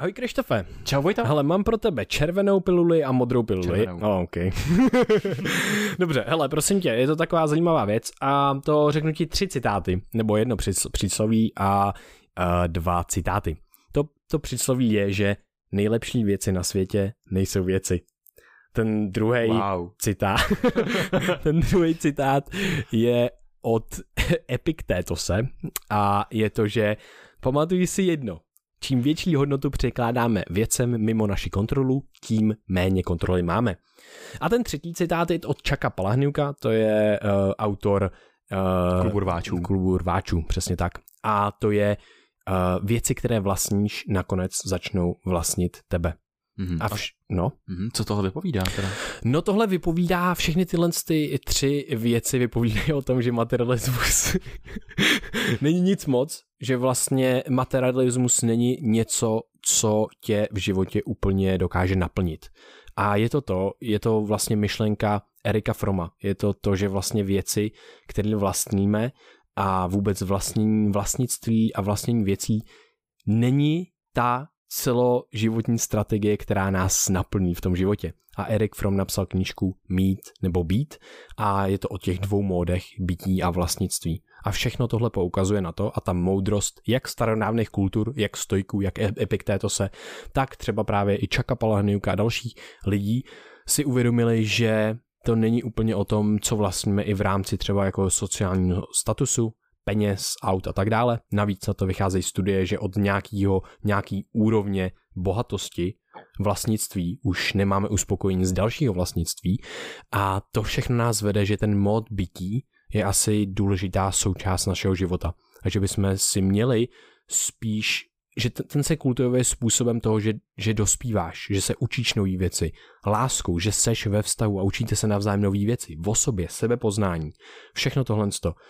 Ahoj Krištofe. Čau Vojta. Hele, mám pro tebe červenou piluli a modrou piluli. Okay. Dobře, hele, prosím tě, je to taková zajímavá věc a to řeknu ti 3 citáty, nebo jedno přísloví a 2 citáty. To přísloví je, že nejlepší věci na světě nejsou věci. Ten druhý citát je od Epiktétose a je to, že pamatuj si jedno. Čím větší hodnotu překládáme věcem mimo naši kontrolu, tím méně kontroly máme. A ten 3. citát je od Chucka Palahniuka, to je autor Klubu rváčů, přesně tak. A to je věci, které vlastníš, nakonec začnou vlastnit tebe. Co tohle vypovídá teda? No tohle vypovídá, všechny tyhle 3 věci vypovídají o tom, že materialismus není nic moc, že vlastně materialismus není něco, co tě v životě úplně dokáže naplnit. A je to vlastně myšlenka Erika Froma. Je to, že vlastně věci, které vlastníme a vůbec vlastnictví a vlastnění věcí není ta celoživotní strategie, která nás naplní v tom životě. A Erik Fromm napsal knížku Mít nebo být a je to o těch 2 módech bytí a vlastnictví. A všechno tohle poukazuje na to a ta moudrost jak starodávných kultur, jak stoiků, jak Epiktétose, tak třeba právě i Chucka Palahniuka a dalších lidí si uvědomili, že to není úplně o tom, co vlastníme i v rámci třeba jako sociálního statusu, peněz, aut a tak dále. Navíc na to vycházejí studie, že od nějaký úrovně bohatosti vlastnictví už nemáme uspokojení z dalšího vlastnictví a to všechno nás vede, že ten mód bytí je asi důležitá součást našeho života a že bychom si měli spíš, že ten se kultivuje způsobem toho, že dospíváš, že se učíš nový věci, láskou, že seš ve vztahu a učíte se navzájem nový věci, o sobě, sebepoznání, všechno tohle.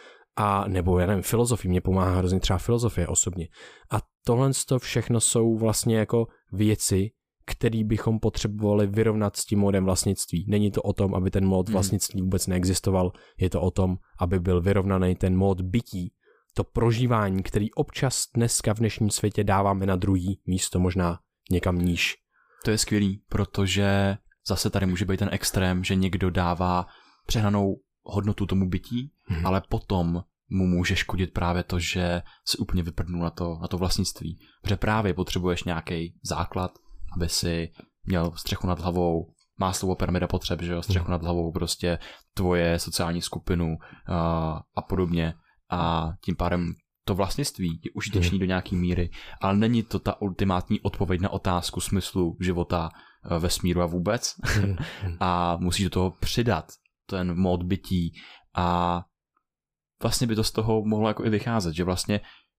A nebo já nevím, filozofii, mě pomáhá hrozně třeba filozofie osobně. A tohle všechno jsou vlastně jako věci, které bychom potřebovali vyrovnat s tím módem vlastnictví. Není to o tom, aby ten mód vlastnictví vůbec neexistoval, je to o tom, aby byl vyrovnaný ten mód bytí, to prožívání, který občas dneska v dnešním světě dáváme na druhý místo, možná někam níž. To je skvělý, protože zase tady může být ten extrém, že někdo dává přehnanou hodnotu tomu bytí, ale potom mu může škodit právě to, že se úplně vyprdnul na to vlastnictví. Protože právě potřebuješ nějaký základ, aby si měl střechu nad hlavou, má slovo pyramida potřeb, že jo, střechu nad hlavou, prostě tvoje sociální skupinu a podobně. A tím pádem to vlastnictví je užitečný do nějaký míry, ale není to ta ultimátní odpověď na otázku smyslu života, vesmíru a vůbec. A musíš do toho přidat ten mód bytí a vlastně by to z toho mohlo jako i vycházet, že vlastně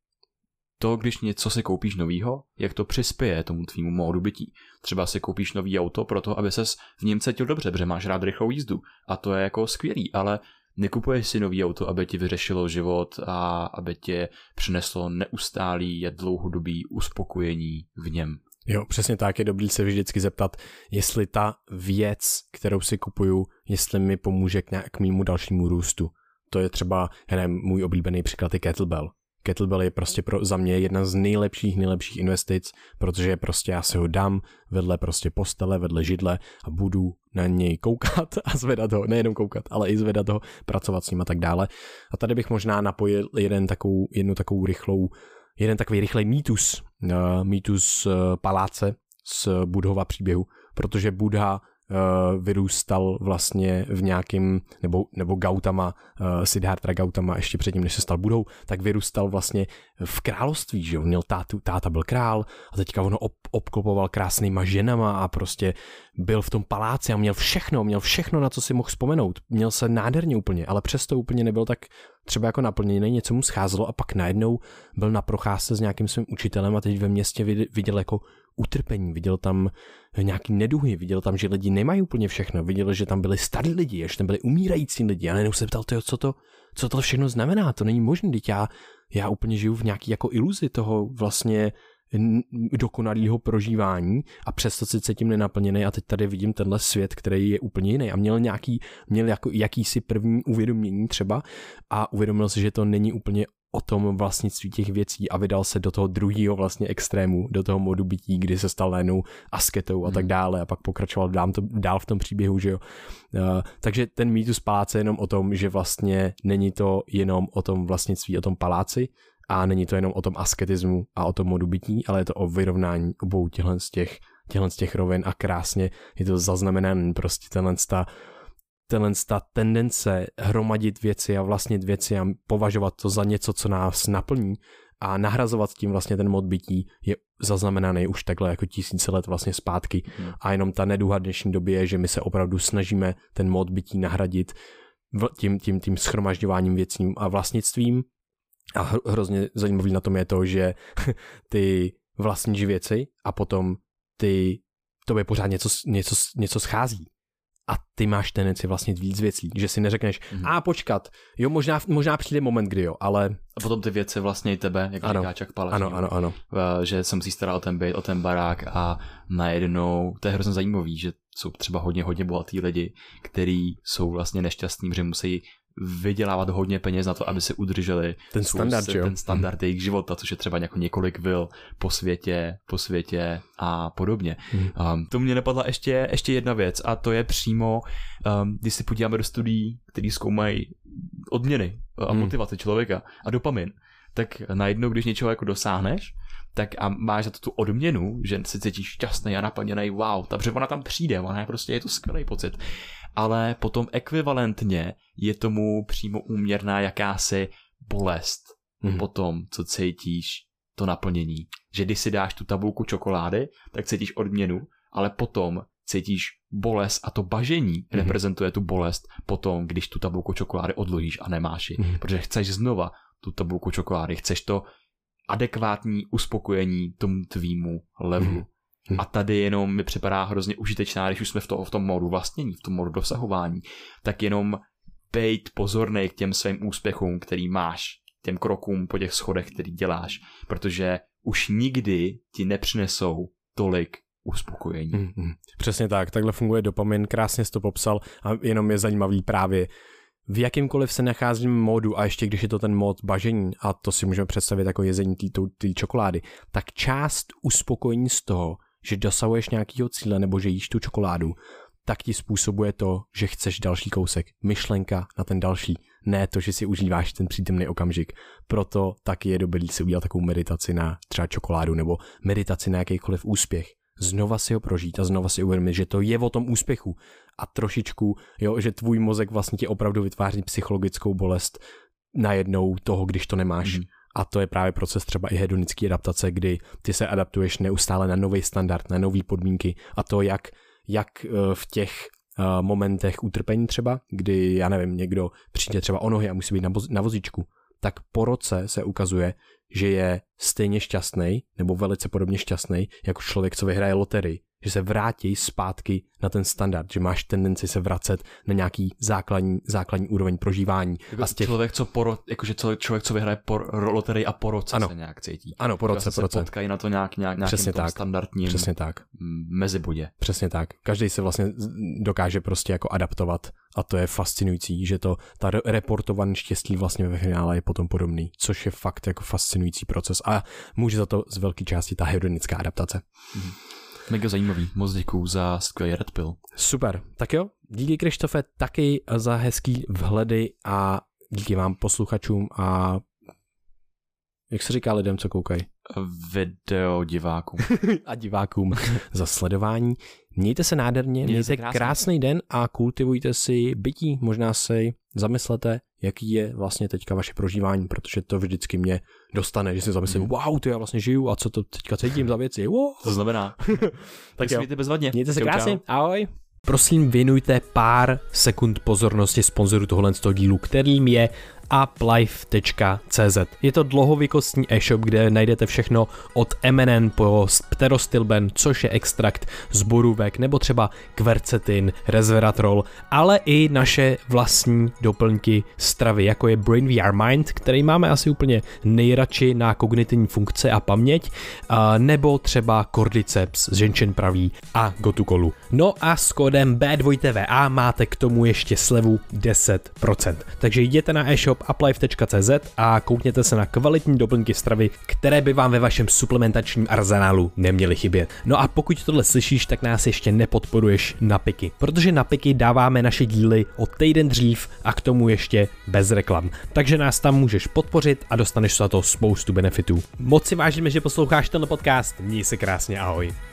to, když něco si koupíš novýho, jak to přispěje tomu tvýmu módu bytí. Třeba si koupíš nový auto proto, aby ses v něm cítil dobře, protože máš rád rychlou jízdu a to je jako skvělý, ale nekupuješ si nový auto, aby ti vyřešilo život a aby tě přineslo neustálý a dlouhodobý uspokojení v něm. Jo, přesně tak, je dobrý se vždycky zeptat, jestli ta věc, kterou si kupuju, jestli mi pomůže k mému dalšímu růstu. To je třeba, můj oblíbený příklad je Kettlebell. Kettlebell je prostě za mě jedna z nejlepších investic, protože prostě já si ho dám vedle prostě postele, vedle židle a budu na něj koukat a zvedat ho, nejenom koukat, ale i zvedat ho, pracovat s ním a tak dále. A tady bych možná napojil jeden takový rychlej mýtus paláce z Buddhova příběhu, protože Buddha vyrůstal vlastně v nějakým, nebo Gautama, Siddhartha Gautama, ještě předtím, než se stal Buddhou, tak vyrůstal vlastně v království, že jo, měl táta byl král a teďka ono obklopoval krásnýma ženama a prostě byl v tom paláci a měl všechno, na co si mohl vzpomenout. Měl se nádherně úplně, ale přesto úplně nebyl tak třeba jako naplněný, něco mu scházelo a pak najednou byl na procházce s nějakým svým učitelem a teď ve městě viděl jako utrpení, viděl tam nějaký neduhy, viděl tam, že lidi nemají úplně všechno, viděl, že tam byli starí lidi, že tam byli umírající lidi a najednou se ptal, co to všechno znamená, to není možné, teď já úplně žiju v nějaký jako iluzi toho vlastně dokonalého prožívání a přesto se cítím nenaplněný a teď tady vidím tenhle svět, který je úplně jiný a měl jako jakýsi první uvědomění třeba a uvědomil si, že to není úplně o tom vlastnictví těch věcí a vydal se do toho druhého vlastně extrému, do toho modu bytí, kdy se stal najednou asketou a tak dále a pak pokračoval dál v tom příběhu, že jo. Takže ten mýtus paláce je jenom o tom, že vlastně není to jenom o tom vlastnictví, o tom paláci a není to jenom o tom asketismu a o tom modu bytí, ale je to o vyrovnání obou těchhle z těch rovin a krásně je to zaznamenané prostě ta tendence hromadit věci a vlastnit věci a považovat to za něco, co nás naplní a nahrazovat tím vlastně ten mod bytí je zaznamenaný už takhle jako tisíce let vlastně zpátky. A jenom ta neduha dnešní doby je, že my se opravdu snažíme ten mod bytí nahradit tím shromažďováním věcí a vlastnictvím. A hrozně zajímavý na tom je to, že ty vlastníš věci a potom tobě pořád něco schází. A ty máš tendenci vlastnit víc věcí, že si neřekneš, počkat, jo, možná přijde moment, kdy jo, ale... A potom ty věci vlastně i tebe, jak říká Chuck Palahniuk. Ano. Že jsem si staral o ten byt, o ten barák a najednou, to je hrozně zajímavý, že jsou třeba hodně bohatý lidi, kteří jsou vlastně nešťastní, protože musí vydělávat hodně peněz na to, aby si udrželi ten standard jejich života, což je třeba několik vil po světě a podobně. To mě napadla ještě jedna věc a to je přímo, když si podíváme do studií, které zkoumají odměny a motivaci člověka a dopamin, tak najednou, když něčeho jako dosáhneš, tak a máš za to tu odměnu, že se cítíš šťastný a naplněný, wow, takže ona tam přijde, je to skvělý pocit. Ale potom ekvivalentně je tomu přímo úměrná jakási bolest po tom, co cítíš to naplnění. Že když si dáš tu tabulku čokolády, tak cítíš odměnu, ale potom cítíš bolest a to bažení reprezentuje tu bolest potom, když tu tabulku čokolády odložíš a nemáš ji. Protože chceš znova tu tabulku čokolády, chceš to adekvátní uspokojení tomu tvýmu levelu. A tady jenom mi připadá hrozně užitečná, když už jsme v tom modu vlastnění, v tom modu dosahování, tak jenom bejt pozornej k těm svým úspěchům, který máš, těm krokům po těch schodech, který děláš, protože už nikdy ti nepřinesou tolik uspokojení. Přesně tak, takhle funguje dopamin, krásně jsi to popsal a jenom je zajímavý právě v jakýmkoliv se nacházím módu a ještě když je to ten mód bažení a to si můžeme představit jako jezení té čokolády, tak část uspokojení z toho, že dosahuješ nějakého cíle nebo že jíš tu čokoládu, tak ti způsobuje to, že chceš další kousek, myšlenka na ten další, ne to, že si užíváš ten přítomný okamžik. Proto taky je dobrý si udělat takovou meditaci na třeba čokoládu nebo meditaci na jakýkoliv úspěch. Znova si ho prožít a znova si uvědomit, že to je o tom úspěchu a trošičku, jo, že tvůj mozek vlastně ti opravdu vytváří psychologickou bolest najednou toho, když to nemáš. A to je právě proces třeba i hedonické adaptace, kdy ty se adaptuješ neustále na nový standard, na nové podmínky a to jak v těch momentech utrpení třeba, kdy, já nevím, někdo přijde třeba o nohy a musí být na vozíčku, tak po roce se ukazuje, že je stejně šťastný nebo velice podobně šťastný jako člověk, co vyhraje loterii, že se vrátí zpátky na ten standard, že máš tendenci se vracet na nějaký základní úroveň prožívání. Jako člověk, co vyhraje loterii a po roce se nějak cítí. Ano, po roce. Se potkají na to nějakým standardním mezibodě. Přesně tak. Každý se vlastně dokáže prostě jako adaptovat a to je fascinující, že ta reportované štěstí vlastně ve finále je potom podobný, což je fakt jako fascinující proces a může za to z velké části ta hedonická adaptace. Mega zajímavý, moc děkuju za skvělý Red Pill. Super, tak jo, díky Krištofe taky za hezký vhledy a díky vám posluchačům a jak se říká lidem, co koukají? Video divákům. A divákům za sledování. Mějte se nádherně, mějte krásný den a kultivujte si bytí. Možná si zamyslete, jaký je vlastně teďka vaše prožívání, protože to vždycky mě dostane, že si zamyslím, wow, to já vlastně žiju a co to teďka cítím za věci. Wow. To znamená. Tak se mějte bezvadně. Mějte se krásně. Ahoj. Prosím, věnujte pár sekund pozornosti sponzoru tohohle dílu, kterým je uplife.cz. Je to dlouhovýkostní e-shop, kde najdete všechno od MNN po pterostilben, což je extrakt z borůvek, nebo třeba kvercetin, resveratrol, ale i naše vlastní doplňky stravy, jako je Brain VR Mind, který máme asi úplně nejradši na kognitivní funkce a paměť, nebo třeba Cordyceps, ženšen pravý a Gotukolu. No a s kódem B2TVA máte k tomu ještě slevu 10%. Takže jděte na e-shop e-shop uplife.cz a koukněte se na kvalitní doplňky stravy, které by vám ve vašem suplementačním arzenálu neměly chybět. No a pokud tohle slyšíš, tak nás ještě nepodporuješ na Piky, protože na Piky dáváme naše díly o týden dřív a k tomu ještě bez reklam. Takže nás tam můžeš podpořit a dostaneš za to spoustu benefitů. Moc si vážíme, že posloucháš tenhle podcast. Měj se krásně, ahoj.